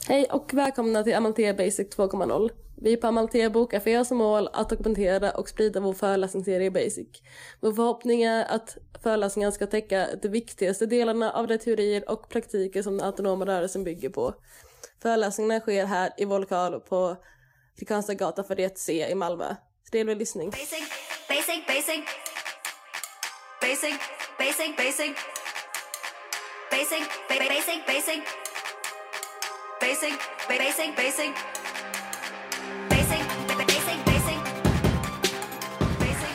Hej och välkomna till Amalthea Basic 2.0. Vi på Amalthea Bokcafé har som mål att dokumentera och sprida vår föreläsningsserie Basic. Vår förhoppning är att föreläsningarna ska täcka de viktigaste delarna av de teorier och praktiker som den autonoma rörelsen bygger på. Föreläsningarna sker här i vår lokal på Kristianstadsgatan 41C i Malmö. Trevlig lyssning. Basic, basic, basic. Basic, basic, basic. Basic, basic, basic. Basic, basic, basic. Basic, basic, basic. Basic,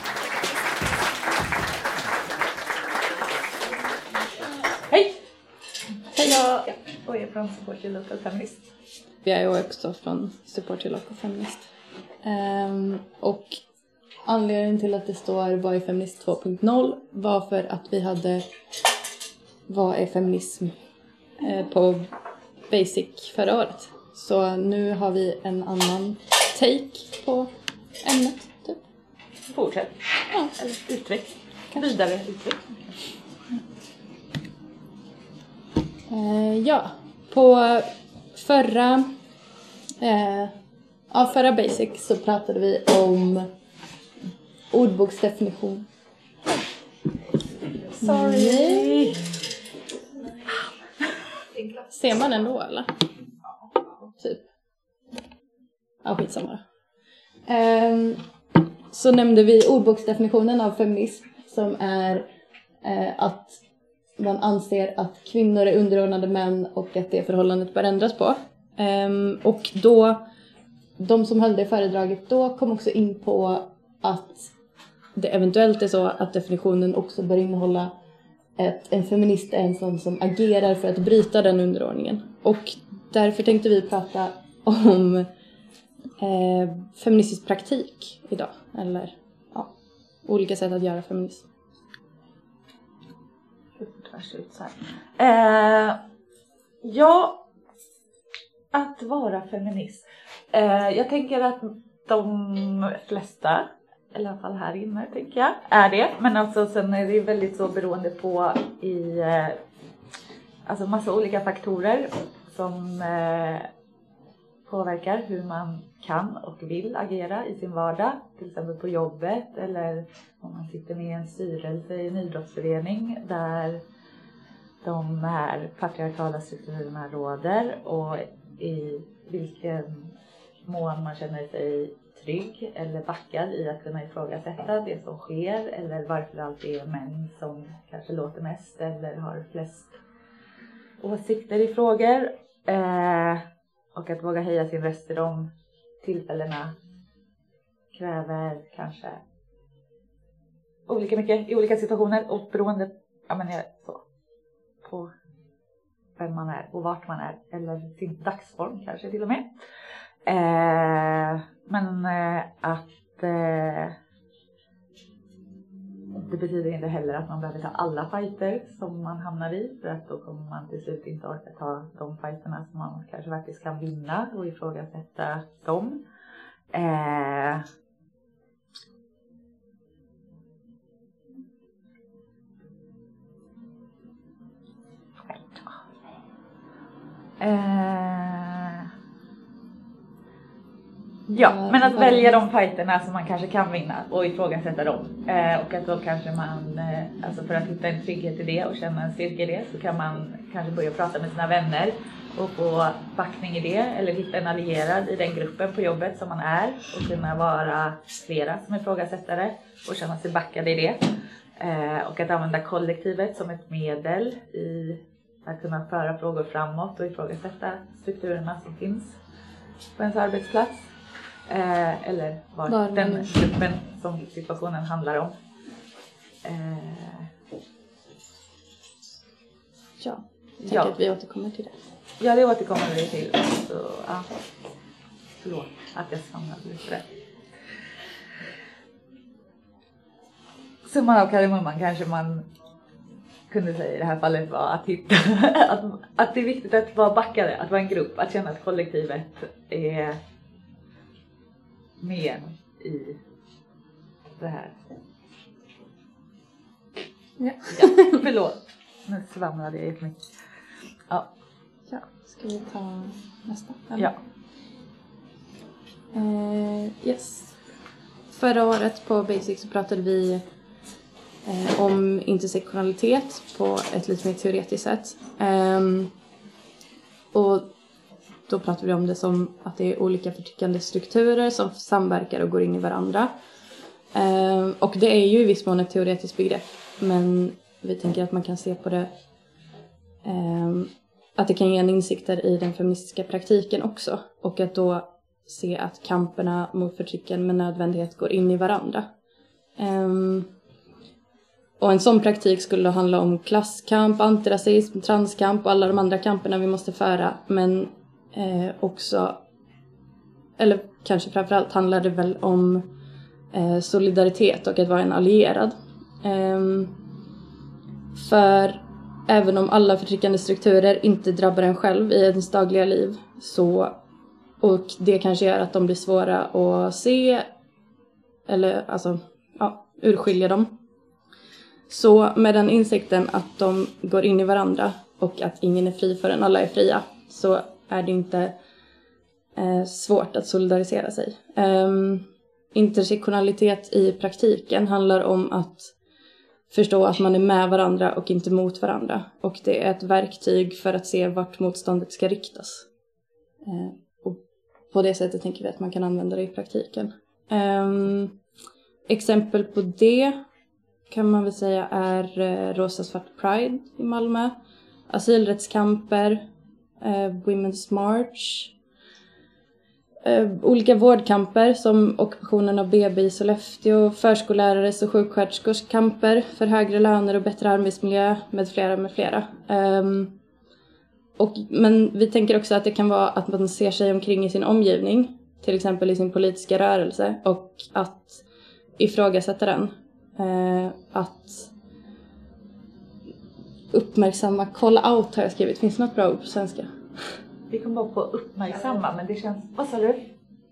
Hej! Hej, jag är från Support till Local Feminist. Jag är också från Support till Local Feminist. Och anledningen till att det står Vad är feminist 2.0 var för att vi hade Vad är feminism på Basic förra året. Så nu har vi en annan take på ämnet typ. Fortsätt. Ja. Eller utveckling. Vidare utveckling. Ja, på förra Basic så pratade vi om ordboksdefinition. Sorry. Ser man ändå eller? Typ. Ja, skitsamma. Så nämnde vi ordboksdefinitionen av feminism som är att man anser att kvinnor är underordnade män och att det förhållandet bör ändras på. Och då, de som höll det föredraget då kom också in på att det eventuellt är så att definitionen också bör innehålla en feminist är en sån som agerar för att bryta den underordningen. Och därför tänkte vi prata om feministisk praktik idag. Eller olika sätt att göra feminism. Ja, att vara feminist. Jag tänker att de flesta, i alla fall här inne tänker jag, är det. Men alltså sen är det väldigt så beroende på alltså massa olika faktorer som påverkar hur man kan och vill agera i sin vardag. Till exempel på jobbet eller om man sitter med i en styrelse i en idrottsförening där de här patriarkala strukturerna råder och i vilken mån man känner sig trygg eller backad i att kunna ifrågasätta det som sker eller varför det alltid är män som kanske låter mest eller har flest åsikter i frågor. Och att våga höja sin röst i de tillfällena kräver kanske olika mycket i olika situationer och beroende på vem man är och vart man är eller sin dagsform kanske till och med. Men att det betyder inte heller att man behöver ta alla fighter som man hamnar i, för att då kommer man till slut inte orka ta de fighterna som man kanske faktiskt kan vinna och ifrågasätta dem. Ja, men att välja de fighterna som man kanske kan vinna och ifrågasätta dem. Och att då kanske man, alltså för att hitta en trygghet i det och känna en styrka i det, så kan man kanske börja prata med sina vänner och få backning i det. Eller hitta en allierad i den gruppen på jobbet som man är och kunna vara flera som ifrågasättare och känna sig backade i det. Och att använda kollektivet som ett medel i att kunna föra frågor framåt och ifrågasätta strukturerna som finns på ens arbetsplats. Eller var den gruppen som situationen handlar om. Ja, jag tänker att vi återkommer till det. Ja, det återkommer vi till. Så, ja. Förlåt att jag samlade lite där. Summan av kardemumman kanske man kunde säga i det här fallet var att hitta att det är viktigt att vara backare, att vara en grupp, att känna att kollektivet är med i det här. Ja, förlåt. Nu svamlade jag jättemycket. Ja. Ska vi ta nästa? Eller? Ja. Yes. Förra året på Basic så pratade vi om intersektionalitet på ett lite mer teoretiskt sätt. Och då pratade vi om det som att det är olika förtryckande strukturer som samverkar och går in i varandra. Och det är ju i viss mån ett teoretiskt begrepp, men vi tänker att man kan se på det att det kan ge en insikter i den feministiska praktiken också, och att då se att kamperna mot förtrycken med nödvändighet går in i varandra. Och en sån praktik skulle handla om klasskamp, antirasism, transkamp och alla de andra kamperna vi måste föra, men också, eller kanske framförallt handlar det väl om solidaritet och att vara en allierad. För även om alla förtryckande strukturer inte drabbar en själv i ens dagliga liv, så, och det kanske gör att de blir svåra att se eller alltså, urskilja dem. Så med den insikten att de går in i varandra och att ingen är fri förrän alla är fria, så är det inte svårt att solidarisera sig. Intersektionalitet i praktiken handlar om att förstå att man är med varandra och inte mot varandra. Och det är ett verktyg för att se vart motståndet ska riktas. Och på det sättet tänker vi att man kan använda det i praktiken. Exempel på det kan man väl säga är Rosa Svart Pride i Malmö, asylrättskamper, Women's March, olika vårdkamper som ockupationen av BB i Sollefteå, förskollärares och sjuksköterskors kamper för högre löner och bättre arbetsmiljö med flera. Men vi tänker också att det kan vara att man ser sig omkring i sin omgivning, till exempel i sin politiska rörelse, och att ifrågasätta den. Att uppmärksamma, kolla out har jag skrivit. Finns det något bra ord på svenska? Vi kommer bara på uppmärksamma, men det känns... Vad sa du?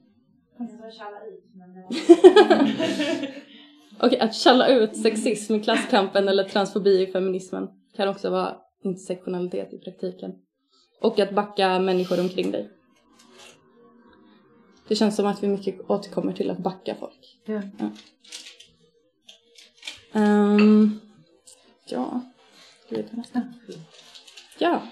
Okej, att källa ut sexism i klasskampen eller transfobi i feminismen kan också vara intersektionalitet i praktiken. Och att backa människor omkring dig. Det känns som att vi mycket återkommer till att backa folk. Ja. Ja. Ska vi ta nästa? Ja.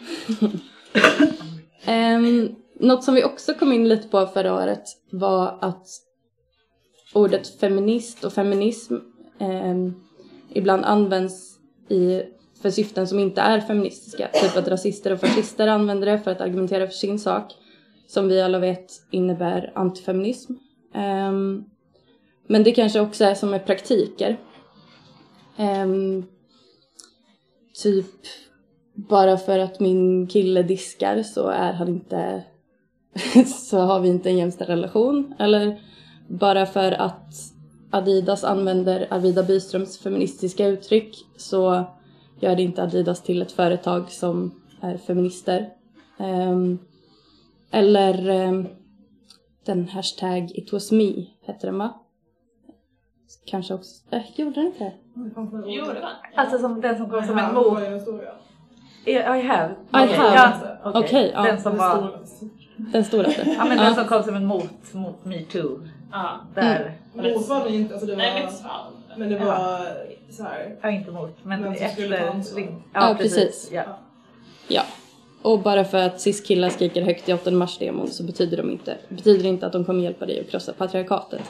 Något som vi också kom in lite på förra året var att ordet feminist och feminism ibland används för syften som inte är feministiska. Typ att rasister och fascister använder det för att argumentera för sin sak, som vi alla vet innebär antifeminism. Men det kanske också är som med praktiker. Typ bara för att min kille diskar så är han inte så har vi inte en jämställd relation, eller bara för att Adidas använder Arvida Byströms feministiska uttryck så gör det inte Adidas till ett företag som är feminister. Eller den hashtag It was me heter den, va? Kanske också gjorde den inte det? Alltså som den som kom som en mot. I have. Ja, okej. Ja. Den som var... Den stora. Ja, men den som kom som en mot Me Too. Ja. Där. Mot var det inte, alltså det var... Nej, mitt svar. Men det var så här. Ja, inte mot. Men efter... Ja, precis. Ja. Ja. Och bara för att cis-killar skriker högt i 8 mars-demon så betyder inte att de kommer hjälpa dig att krossa patriarkatet.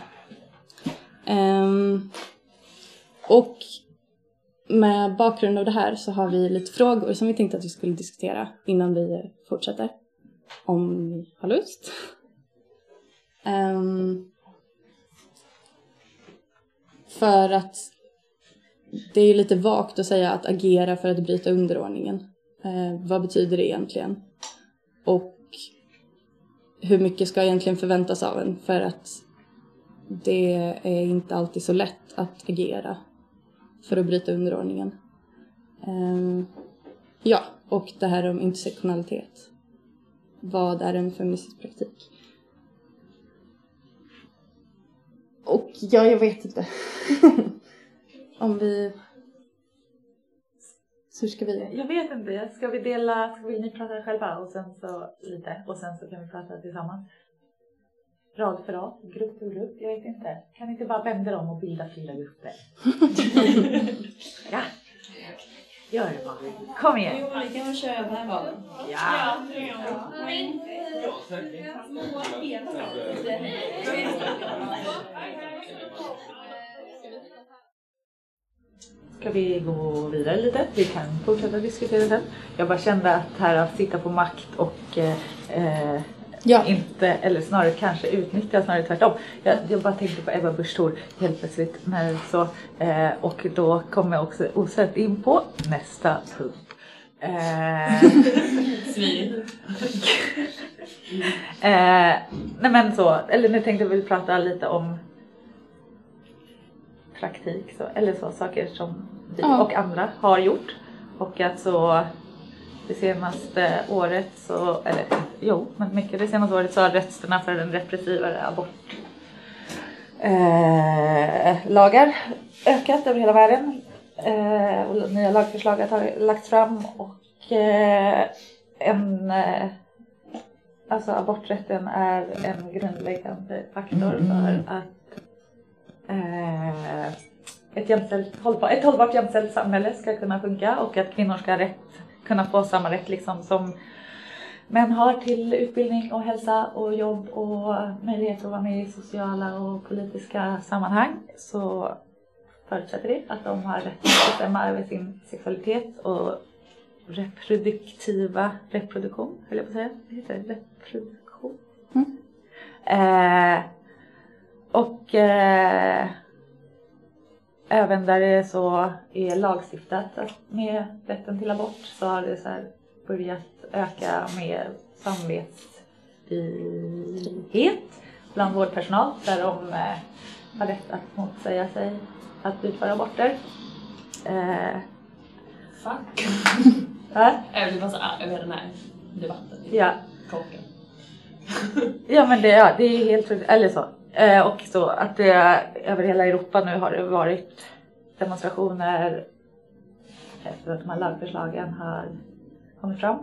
Och med bakgrund av det här så har vi lite frågor som vi tänkte att vi skulle diskutera innan vi fortsätter. Om ni har lust. För att det är lite vagt att säga att agera för att bryta underordningen. Vad betyder det egentligen? Och hur mycket ska egentligen förväntas av en? För att det är inte alltid så lätt att agera för att bryta underordningen. Ja, och det här om intersektionalitet. Vad är en feministisk praktik? Och ja, jag vet inte. Om vi Så ska vi... Jag vet inte, vill ni prata själva och sen så lite och sen så kan vi prata tillsammans? Rad för rad, grupp för grupp, jag vet inte. Kan ni inte bara vända dem och bilda 4 grupper? Ja, gör det bara. Kom igen. Jo, vi kan väl köra den här valen. Ja. Ska vi gå vidare lite? Vi kan fortsätta diskutera sen. Jag bara kände att här att sitta på makt och inte, eller snarare kanske utnyttja, snarare tvärtom. Jag bara tänkte på Ebba Busch Thor helt plötsligt när så, och då kommer jag också osökt in på nästa punkt. Nej men så, eller nu tänkte jag väl prata lite om praktik så, eller så saker som vi och andra har gjort och att så det senaste året så, eller men mycket det senaste året så har rösterna för den repressivare abort lagar ökat över hela världen och nya lagförslag har lagts fram och alltså aborträtten är en grundläggande faktor för att ett hållbart jämställt samhälle ska kunna funka och att kvinnor ska kunna få samma rätt liksom som män har till utbildning och hälsa och jobb och möjlighet att vara med i sociala och politiska sammanhang, så förutsätter det att de har rätt att bestämma över sin sexualitet och reproduktion, höll jag på att säga. Vad heter det? Reproduktion. Och även där det så är lagstiftat med rätten till abort så har det så här börjat öka med samvetsfrihet bland vårdpersonal där de har rätt att motsäga sig att utföra aborter. Fuck. Jag blir bara så över den här debatten. Ja. Kocken. Ja men det är helt eller så. Och så att det över hela Europa nu har det varit demonstrationer efter att de här lagförslagen har kommit fram.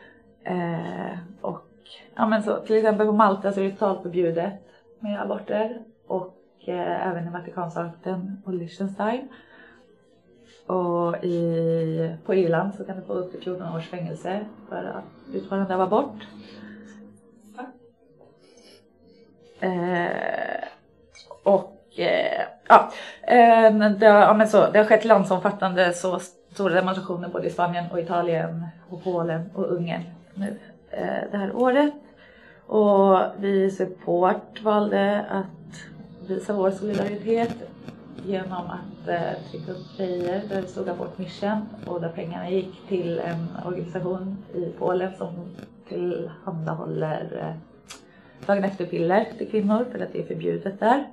Och ja men så till exempel på Malta så är det totalt förbjudet med aborter och även i Vatikanstaten och Liechtenstein. Och på Irland så kan du få upp till 14 års fängelse för att utförande av abort. Det har skett landsomfattande så stora demonstrationer både i Spanien och Italien och Polen och Ungern nu det här året. Och vi Support valde att visa vår solidaritet genom att trycka upp grejer där det stod Abort Mission och där pengarna gick till en organisation i Polen som tillhandahåller dagen efter piller till kvinnor för att det är förbjudet där.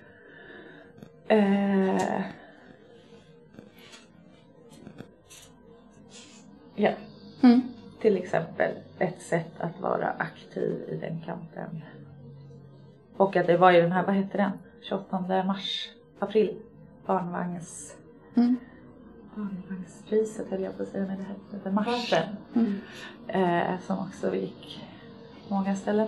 Ja. Till exempel ett sätt att vara aktiv i den kampen. Och att det var ju den här, vad heter den? 28 april. Barnvagnspriset höll jag på att säga när det hette marschen. Som också gick på många ställen.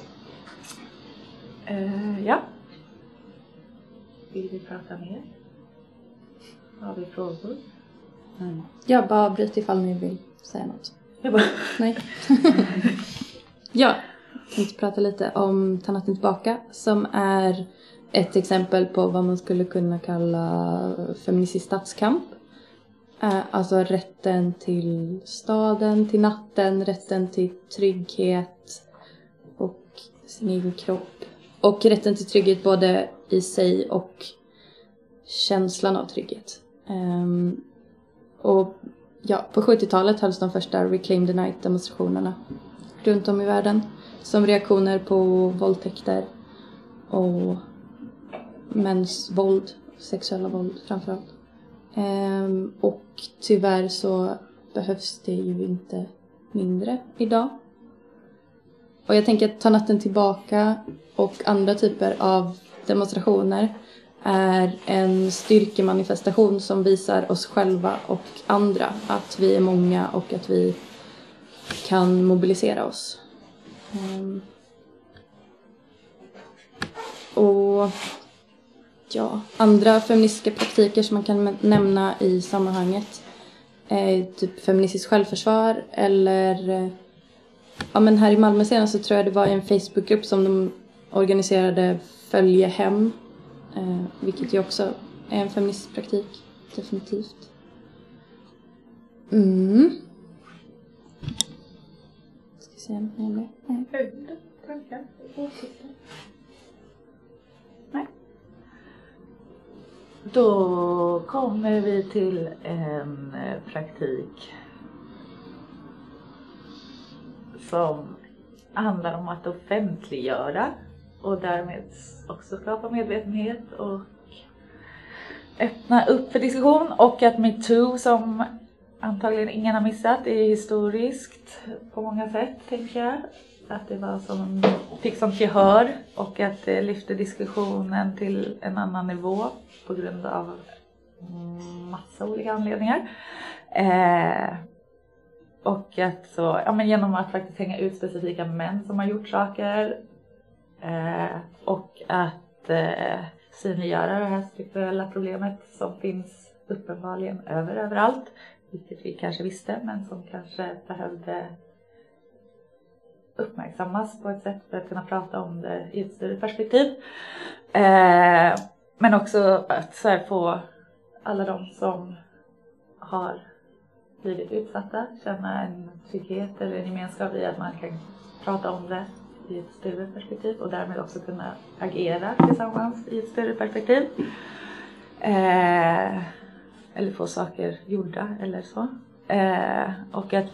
Ja. Vill vi prata mer? Har vi frågor? Jag bara bryt ifall ni vill säga något. Nej. Jag tänkte prata lite om Ta natten tillbaka som är ett exempel på vad man skulle kunna kalla feministisk stadskamp. Alltså rätten till staden, till natten, rätten till trygghet och sin egen kropp. Och rätten till trygghet både i sig och känslan av trygghet. Och ja, på 70-talet hölls de första Reclaim the Night-demonstrationerna runt om i världen. Som reaktioner på våldtäkter och mäns våld, sexuella våld framförallt. Och tyvärr så behövs det ju inte mindre idag. Och jag tänker att Ta natten tillbaka och andra typer av demonstrationer är en styrkemanifestation som visar oss själva och andra att vi är många och att vi kan mobilisera oss. Och ja, andra feministiska praktiker som man kan nämna i sammanhanget är typ feministiskt självförsvar eller ja, men här i Malmö senast så tror jag det var en Facebookgrupp som de organiserade Följe hem, vilket ju också är en feministisk praktik, definitivt. Ska vi se något mer? Höjden, tankar, åsikter? Nej. Då kommer vi till en praktik som handlar om att offentliggöra och därmed också skapa medvetenhet och öppna upp för diskussion. Och att MeToo, som antagligen ingen har missat, är historiskt på många sätt, tänker jag. Att det var som fick sånt gehör och att det lyfte diskussionen till en annan nivå på grund av massa olika anledningar. Och att så, ja, men genom att faktiskt hänga ut specifika män som har gjort saker och att synliggöra det här strukturella problemet som finns uppenbarligen överallt, vilket vi kanske visste men som kanske behövde uppmärksammas på ett sätt för att kunna prata om det i ett större perspektiv. Men också att så här, få alla de som har blivit utsatta känna en trygghet eller en gemenskap i att man kan prata om det i ett större perspektiv och därmed också kunna agera tillsammans i ett större perspektiv. Eller få saker gjorda eller så. Och att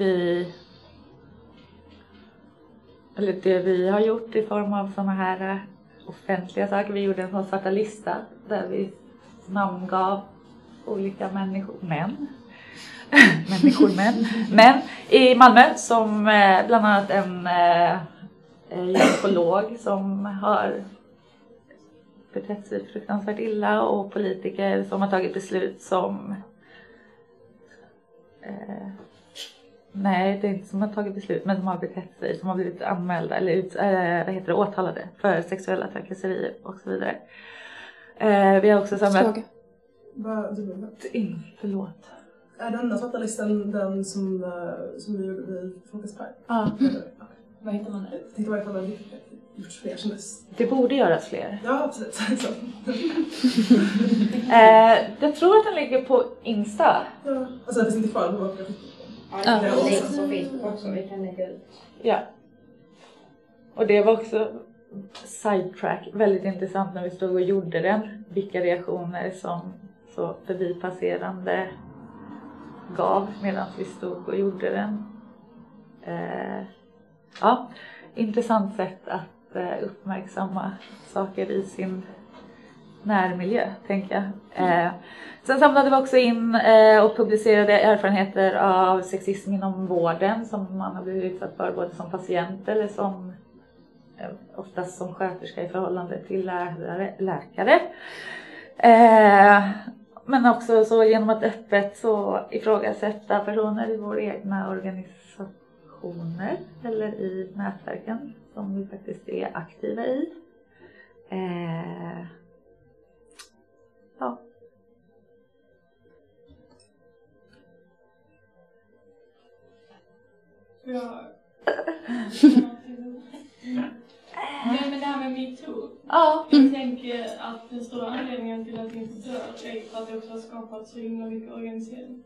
det vi har gjort i form av sådana här offentliga saker. Vi gjorde en sån svarta lista där vi namngav olika män i Malmö, som bland annat en gynekolog som har betett sig fruktansvärt illa och politiker som har tagit beslut som nej, det är inte som har tagit beslut, men som har betett sig, som har blivit anmälda eller åtalade för sexuella trakasserier och så vidare. Vi har också samlat... Förlåt. Är den svarta listan den som vi gjorde vid Folkets Park? Ja. Vad heter man nu? Jag tänkte varje fall att det gjorts fler som dess. Det borde göras fler. Ja, absolut. Jag tror att den ligger på Insta. Ja, alltså det finns inte kvar. Ja, det är på Facebook också. Vi kan lägga ut. Ja. Och det var också sidetrack. Väldigt intressant när vi stod och gjorde den. Vilka reaktioner som så förbipasserande gav medan vi stod och gjorde den. Ja, intressant sätt att uppmärksamma saker i sin närmiljö, tänker jag. Sen samlade vi också in och publicerade erfarenheter av sexism inom vården som man har blivit utsatt för både som patient eller som oftast som sköterska i förhållande till läkare. Men också så genom att öppet så ifrågasätta personer i våra egna organisationer eller i nätverken som vi faktiskt är aktiva i. Ja. Nej, men det här med MeToo. Ja. Jag tänker att den stora anledningen till att det inte dör är för att det också har skapat så himla mycket organisering.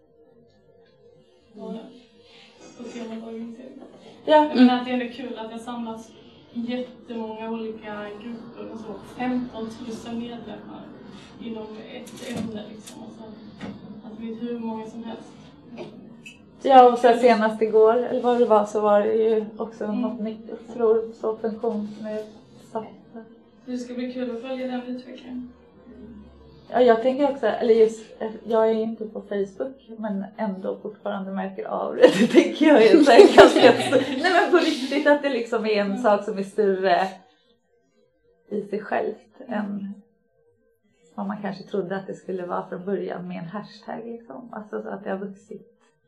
På temat organisering. Ja. Jag menar att det är ändå kul att det samlas jättemånga olika grupper och så. 15 000 medlemmar inom ett ämne liksom. Och så, att det blir hur många som helst. Ja, och så senast igår, eller vad det var, så var det ju också något nytt, jag tror, så funktionsnedsatta. Det ska bli kul att följa den utvecklingen. Ja, jag tänker också, eller just, jag är inte på Facebook, men ändå fortfarande märker av det. Det tänker jag är så här ganska... Nej, men på riktigt att det liksom är en sak som är större i sig självt än vad man kanske trodde att det skulle vara från början med en hashtag liksom. Alltså så att det har vuxit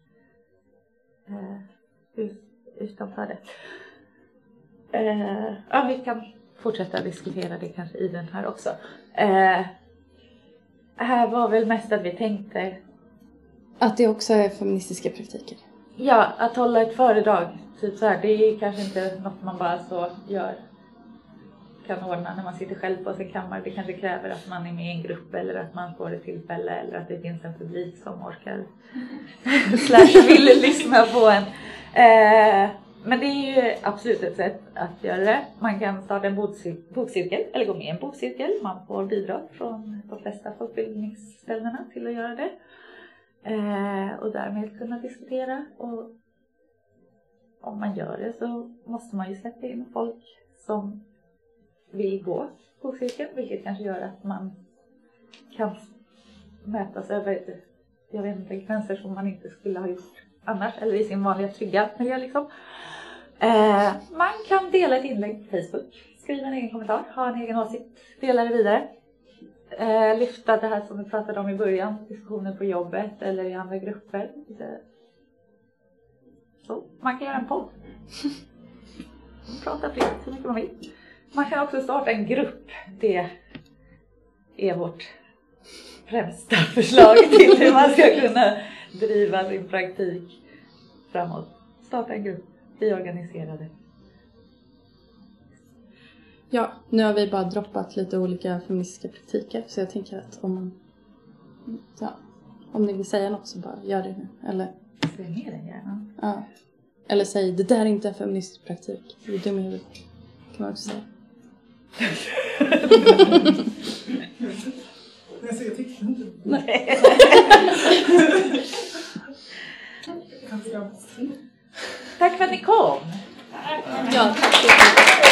utanför det. Ja, vi kan fortsätta diskutera det kanske i den här också. Här var väl mest att vi tänkte att det också är feministiska praktiker. Ja, att hålla ett föredrag. Typ så här, det är kanske inte något man bara så kan ordna när man sitter själv på sin kammare. Det kanske kräver att man är med i en grupp eller att man får ett tillfälle eller att det finns en publik som orkar / vill lyssna på en. Men det är ju absolut ett sätt att göra det. Man kan starta en bokcirkel eller gå med i en bokcirkel. Man får bidrag från de flesta folkbildningsställena till att göra det. Och därmed kunna diskutera. Och om man gör det så måste man ju släppa in folk som vill gå bokcirkeln. Vilket kanske gör att man kan mötas över gränser som man inte skulle ha gjort annars. Eller i sin vanliga trygga miljö liksom. Man kan dela ett inlägg på Facebook. Skriva en egen kommentar. Ha en egen åsikt. Dela det vidare. Lyfta det här som vi pratade om i början. Diskussioner på jobbet eller i andra grupper. Så man kan göra en podd. Prata fritt så mycket man vill. Man kan också starta en grupp. Det är vårt främsta förslag till hur man ska kunna driva sin praktik framåt. Starta en grupp. Vi organiserade. Ja, nu har vi bara droppat lite olika feministiska praktiker. Så jag tänker att om ni vill säga något så bara gör det nu. Eller säg mer än gärna. Ja. Eller säg, det där är inte en feministisk praktik. Det är dum i huvudet. Kan man också säga. Jag tyckte inte. Nej. Tack för att ni kom. Ja, tack.